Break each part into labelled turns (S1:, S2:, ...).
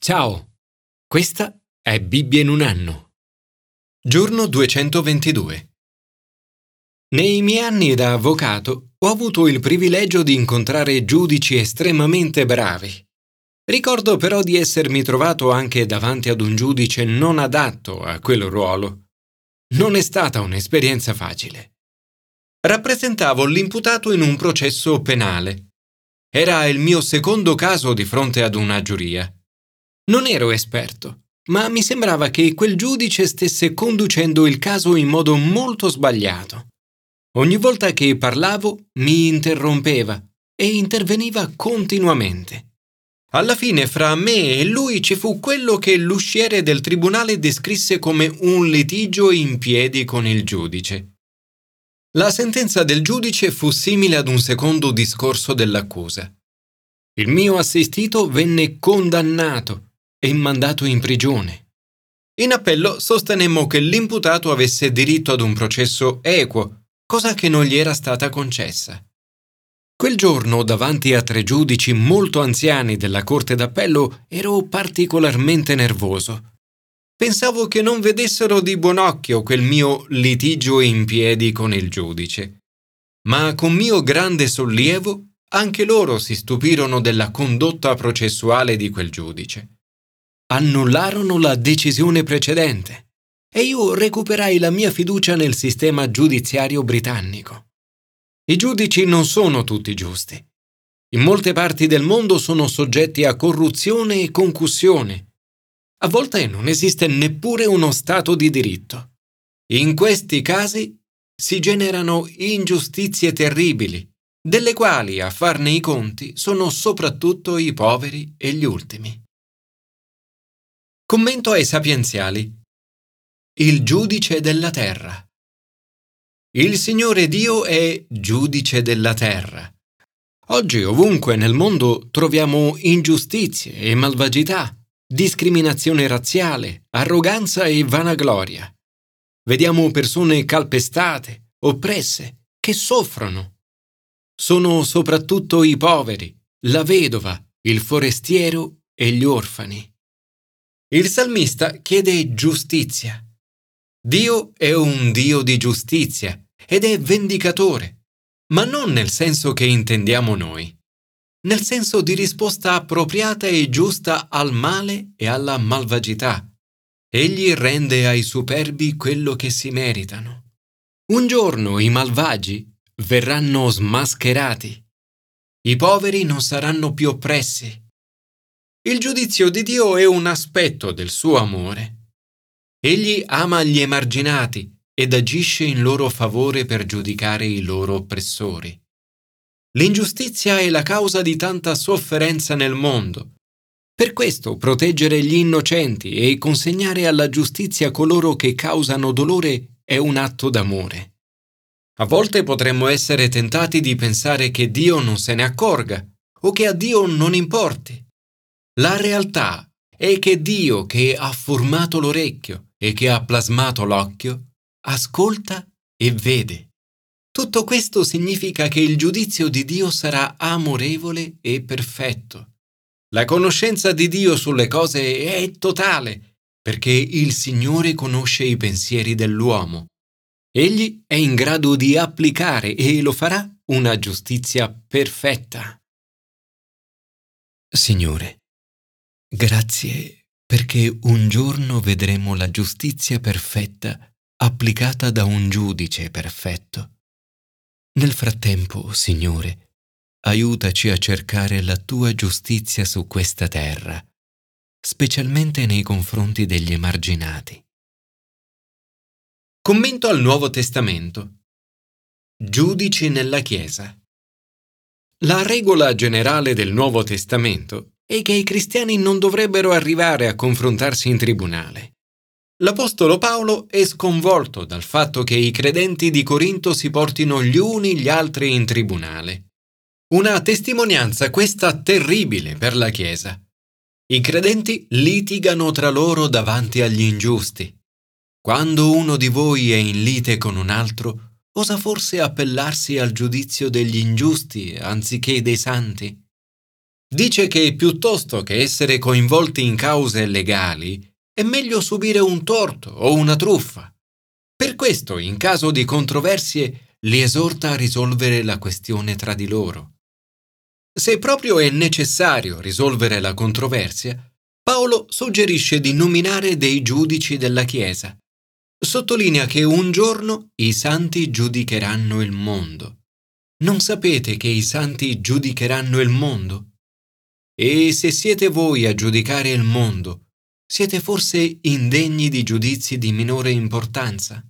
S1: Ciao, questa è Bibbia in un anno. Giorno 222. Nei miei anni da avvocato ho avuto il privilegio di incontrare giudici estremamente bravi. Ricordo però di essermi trovato anche davanti ad un giudice non adatto a quel ruolo. Non è stata un'esperienza facile. Rappresentavo l'imputato in un processo penale. Era il mio secondo caso di fronte ad una giuria. Non ero esperto, ma mi sembrava che quel giudice stesse conducendo il caso in modo molto sbagliato. Ogni volta che parlavo mi interrompeva e interveniva continuamente. Alla fine fra me e lui ci fu quello che l'usciere del tribunale descrisse come un litigio in piedi con il giudice. La sentenza del giudice fu simile ad un secondo discorso dell'accusa. Il mio assistito venne condannato e mandato in prigione. In appello sostenemmo che l'imputato avesse diritto ad un processo equo, cosa che non gli era stata concessa. Quel giorno, davanti a 3 giudici molto anziani della Corte d'Appello, ero particolarmente nervoso. Pensavo che non vedessero di buon occhio quel mio litigio in piedi con il giudice. Ma con mio grande sollievo, anche loro si stupirono della condotta processuale di quel giudice. Annullarono la decisione precedente e io recuperai la mia fiducia nel sistema giudiziario britannico. I giudici non sono tutti giusti. In molte parti del mondo sono soggetti a corruzione e concussione. A volte non esiste neppure uno Stato di diritto. In questi casi si generano ingiustizie terribili, delle quali a farne i conti sono soprattutto i poveri e gli ultimi. Commento ai sapienziali. Il giudice della terra. Il Signore Dio è giudice della terra. Oggi ovunque nel mondo troviamo ingiustizie e malvagità, discriminazione razziale, arroganza e vanagloria. Vediamo persone calpestate, oppresse, che soffrono. Sono soprattutto i poveri, la vedova, il forestiero e gli orfani. Il salmista chiede giustizia. Dio è un Dio di giustizia ed è vendicatore, ma non nel senso che intendiamo noi, nel senso di risposta appropriata e giusta al male e alla malvagità. Egli rende ai superbi quello che si meritano. Un giorno i malvagi verranno smascherati. I poveri non saranno più oppressi. Il giudizio di Dio è un aspetto del suo amore. Egli ama gli emarginati ed agisce in loro favore per giudicare i loro oppressori. L'ingiustizia è la causa di tanta sofferenza nel mondo. Per questo proteggere gli innocenti e consegnare alla giustizia coloro che causano dolore è un atto d'amore. A volte potremmo essere tentati di pensare che Dio non se ne accorga o che a Dio non importi. La realtà è che Dio, che ha formato l'orecchio e che ha plasmato l'occhio, ascolta e vede. Tutto questo significa che il giudizio di Dio sarà amorevole e perfetto. La conoscenza di Dio sulle cose è totale, perché il Signore conosce i pensieri dell'uomo. Egli è in grado di applicare, e lo farà, una giustizia perfetta. Signore, grazie perché un giorno vedremo la giustizia perfetta applicata da un giudice perfetto. Nel frattempo, Signore, aiutaci a cercare la tua giustizia su questa terra, specialmente nei confronti degli emarginati. Commento al Nuovo Testamento. Giudici nella Chiesa. La regola generale del Nuovo Testamento è che i cristiani non dovrebbero arrivare a confrontarsi in tribunale. L'Apostolo Paolo è sconvolto dal fatto che i credenti di Corinto si portino gli uni gli altri in tribunale. Una testimonianza questa terribile per la Chiesa. I credenti litigano tra loro davanti agli ingiusti. Quando uno di voi è in lite con un altro, osa forse appellarsi al giudizio degli ingiusti anziché dei santi? Dice che piuttosto che essere coinvolti in cause legali, è meglio subire un torto o una truffa. Per questo, in caso di controversie, li esorta a risolvere la questione tra di loro. Se proprio è necessario risolvere la controversia, Paolo suggerisce di nominare dei giudici della Chiesa. Sottolinea che un giorno i santi giudicheranno il mondo. Non sapete che i santi giudicheranno il mondo? E se siete voi a giudicare il mondo, siete forse indegni di giudizi di minore importanza?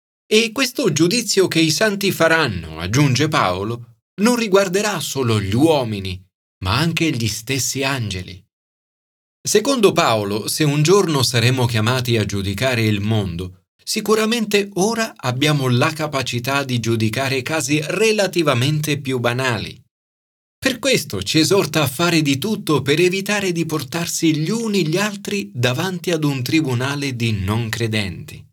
S1: E questo giudizio che i santi faranno, aggiunge Paolo, non riguarderà solo gli uomini, ma anche gli stessi angeli. Secondo Paolo, se un giorno saremo chiamati a giudicare il mondo, sicuramente ora abbiamo la capacità di giudicare casi relativamente più banali. Per questo ci esorta a fare di tutto per evitare di portarsi gli uni gli altri davanti ad un tribunale di non credenti.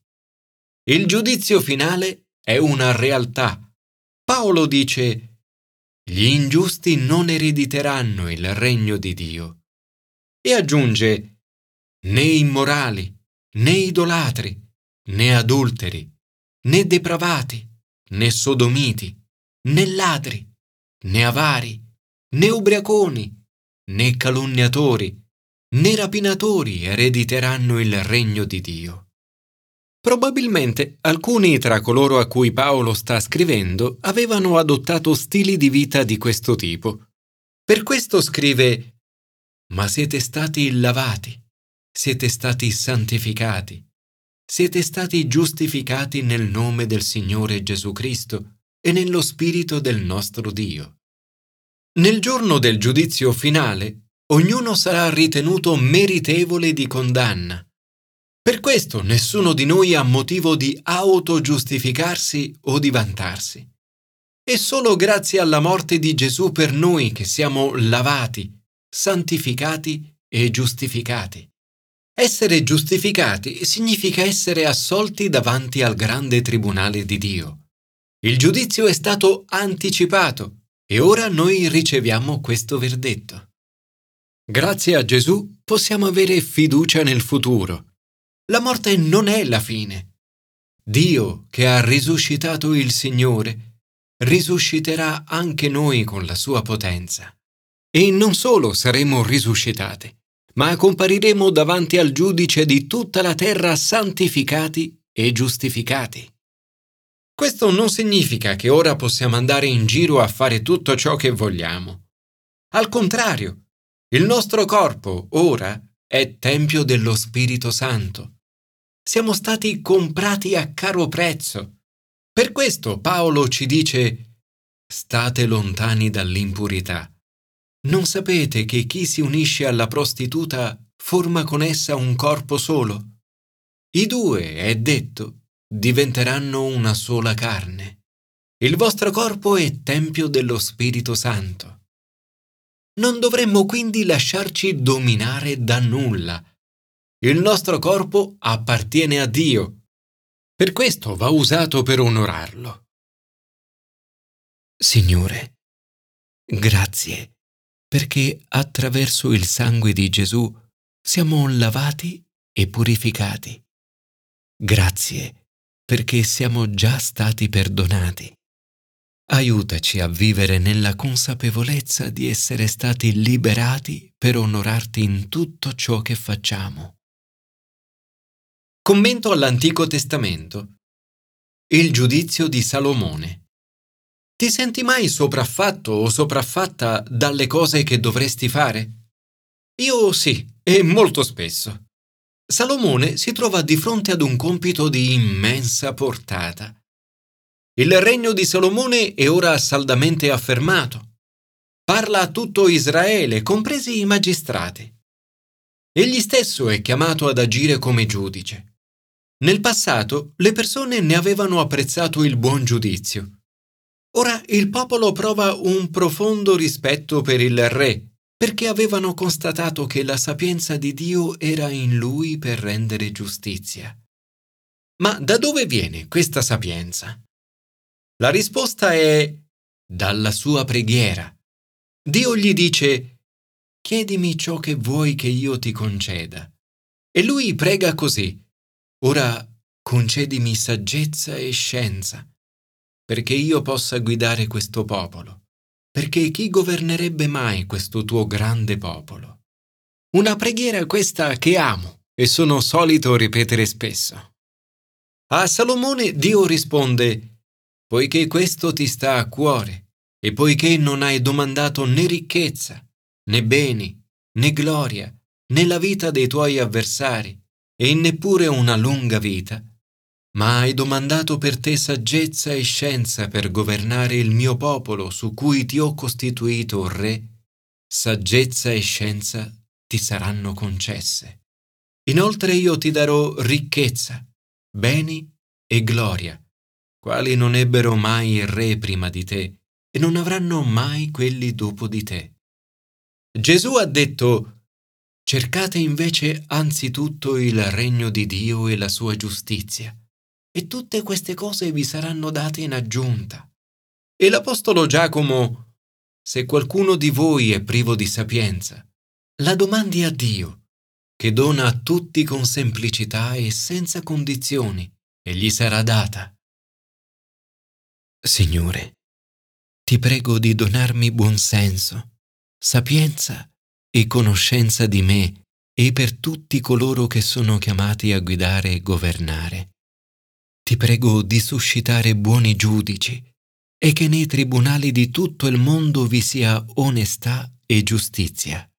S1: Il giudizio finale è una realtà. Paolo dice: «Gli ingiusti non erediteranno il regno di Dio». E aggiunge: «Né immorali, né idolatri, né adulteri, né depravati, né sodomiti, né ladri, né avari, né ubriaconi, né calunniatori, né rapinatori erediteranno il regno di Dio». Probabilmente alcuni tra coloro a cui Paolo sta scrivendo avevano adottato stili di vita di questo tipo. Per questo scrive: «Ma siete stati lavati, siete stati santificati, siete stati giustificati nel nome del Signore Gesù Cristo e nello Spirito del nostro Dio». Nel giorno del giudizio finale, ognuno sarà ritenuto meritevole di condanna. Per questo nessuno di noi ha motivo di autogiustificarsi o di vantarsi. È solo grazie alla morte di Gesù per noi che siamo lavati, santificati e giustificati. Essere giustificati significa essere assolti davanti al grande tribunale di Dio. Il giudizio è stato anticipato e ora noi riceviamo questo verdetto. Grazie a Gesù possiamo avere fiducia nel futuro. La morte non è la fine. Dio, che ha risuscitato il Signore, risusciterà anche noi con la sua potenza. E non solo saremo risuscitati, ma compariremo davanti al giudice di tutta la terra santificati e giustificati. Questo non significa che ora possiamo andare in giro a fare tutto ciò che vogliamo. Al contrario, il nostro corpo ora è tempio dello Spirito Santo. Siamo stati comprati a caro prezzo. Per questo Paolo ci dice: «State lontani dall'impurità. Non sapete che chi si unisce alla prostituta forma con essa un corpo solo? I due, è detto, diventeranno una sola carne. Il vostro corpo è tempio dello Spirito Santo». Non dovremmo quindi lasciarci dominare da nulla. Il nostro corpo appartiene a Dio. Per questo va usato per onorarlo. Signore, grazie, perché attraverso il sangue di Gesù siamo lavati e purificati. Grazie, perché siamo già stati perdonati. Aiutaci a vivere nella consapevolezza di essere stati liberati per onorarti in tutto ciò che facciamo. Commento all'Antico Testamento. Il giudizio di Salomone. Ti senti mai sopraffatto o sopraffatta dalle cose che dovresti fare? Io sì, e molto spesso. Salomone si trova di fronte ad un compito di immensa portata. Il regno di Salomone è ora saldamente affermato. Parla a tutto Israele, compresi i magistrati. Egli stesso è chiamato ad agire come giudice. Nel passato le persone ne avevano apprezzato il buon giudizio. Ora il popolo prova un profondo rispetto per il re, perché avevano constatato che la sapienza di Dio era in lui per rendere giustizia. Ma da dove viene questa sapienza? La risposta è: dalla sua preghiera. Dio gli dice: chiedimi ciò che vuoi che io ti conceda. E lui prega così: ora concedimi saggezza e scienza, perché io possa guidare questo popolo, perché chi governerebbe mai questo tuo grande popolo? Una preghiera questa che amo e sono solito ripetere spesso. A Salomone Dio risponde: poiché questo ti sta a cuore e poiché non hai domandato né ricchezza, né beni, né gloria, né la vita dei tuoi avversari e neppure una lunga vita, ma hai domandato per te saggezza e scienza per governare il mio popolo su cui ti ho costituito re, saggezza e scienza ti saranno concesse. Inoltre io ti darò ricchezza, beni e gloria, quali non ebbero mai il re prima di te e non avranno mai quelli dopo di te. Gesù ha detto: cercate invece anzitutto il regno di Dio e la sua giustizia, e tutte queste cose vi saranno date in aggiunta. E l'Apostolo Giacomo: se qualcuno di voi è privo di sapienza, la domandi a Dio, che dona a tutti con semplicità e senza condizioni, e gli sarà data. Signore, ti prego di donarmi buon senso, sapienza e conoscenza di me e per tutti coloro che sono chiamati a guidare e governare. Ti prego di suscitare buoni giudici e che nei tribunali di tutto il mondo vi sia onestà e giustizia.